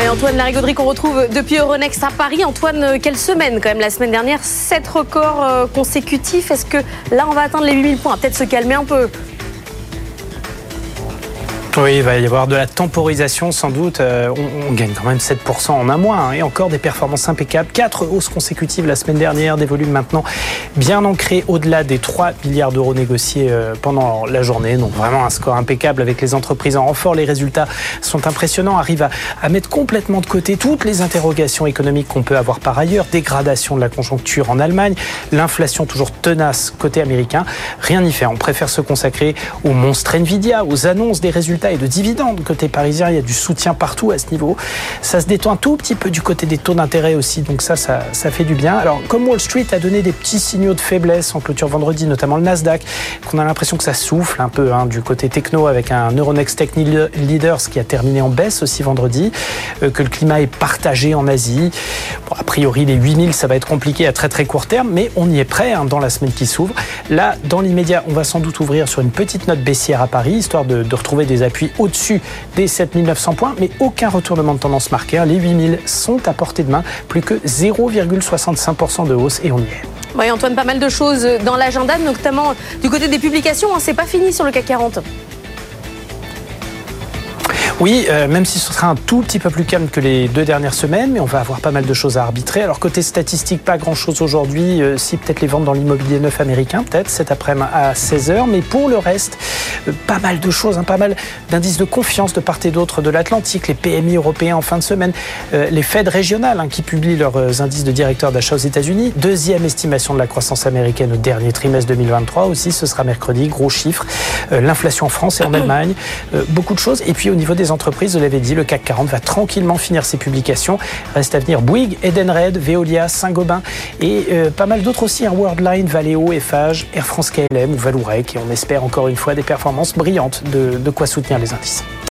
Et Antoine Larigauderie qu'on retrouve depuis Euronext à Paris. Antoine, quelle semaine quand même la semaine dernière, 7 records consécutifs. Est-ce que là on va atteindre les 8000 points? Peut-être se calmer un peu. Oui, il va y avoir de la temporisation sans doute. On gagne quand même 7% en un mois et encore des performances impeccables. 4 hausses consécutives la semaine dernière, des volumes maintenant bien ancrés au-delà des 3 milliards d'euros négociés pendant la journée. Donc vraiment un score impeccable avec les entreprises en renfort. Les résultats sont impressionnants, arrivent à mettre complètement de côté toutes les interrogations économiques qu'on peut avoir par ailleurs. Dégradation de la conjoncture en Allemagne, l'inflation toujours tenace côté américain. Rien n'y fait, on préfère se consacrer au monstre Nvidia, aux annonces des résultats et de dividendes. Côté parisien, il y a du soutien partout à ce niveau. Ça se détend un tout petit peu du côté des taux d'intérêt aussi, donc ça fait du bien. Alors, comme Wall Street a donné des petits signaux de faiblesse en clôture vendredi, notamment le Nasdaq, qu'on a l'impression que ça souffle un peu du côté techno avec un Euronext Tech Leaders qui a terminé en baisse aussi vendredi, que le climat est partagé en Asie. Bon, a priori, les 8000, ça va être compliqué à très très court terme, mais on y est prêt dans la semaine qui s'ouvre. Là, dans l'immédiat, on va sans doute ouvrir sur une petite note baissière à Paris, histoire de retrouver des appuis au-dessus des 7900 points, mais aucun retournement de tendance marqué. Les 8000 sont à portée de main, plus que 0,65% de hausse et on y est. Oui, Antoine, pas mal de choses dans l'agenda, notamment du côté des publications. C'est pas fini sur le CAC 40. Oui, même si ce sera un tout petit peu plus calme que les 2 dernières semaines, mais on va avoir pas mal de choses à arbitrer. Alors côté statistique, pas grand-chose aujourd'hui, si peut-être les ventes dans l'immobilier neuf américain, peut-être cet après-midi à 16h, mais pour le reste, pas mal de choses, pas mal d'indices de confiance de part et d'autre de l'Atlantique, les PMI européens en fin de semaine, les Fed régionales qui publient leurs indices de directeurs d'achat aux États-Unis, deuxième estimation de la croissance américaine au dernier trimestre 2023 aussi, ce sera mercredi, gros chiffres, l'inflation en France et en Allemagne, beaucoup de choses, et puis au niveau des entreprises, je l'avais dit, le CAC 40 va tranquillement finir ses publications. Reste à venir Bouygues, Edenred, Veolia, Saint-Gobain et pas mal d'autres aussi, Worldline, Valeo, Eiffage, Air France KLM ou Vallourec. Et on espère encore une fois des performances brillantes, de quoi soutenir les indices.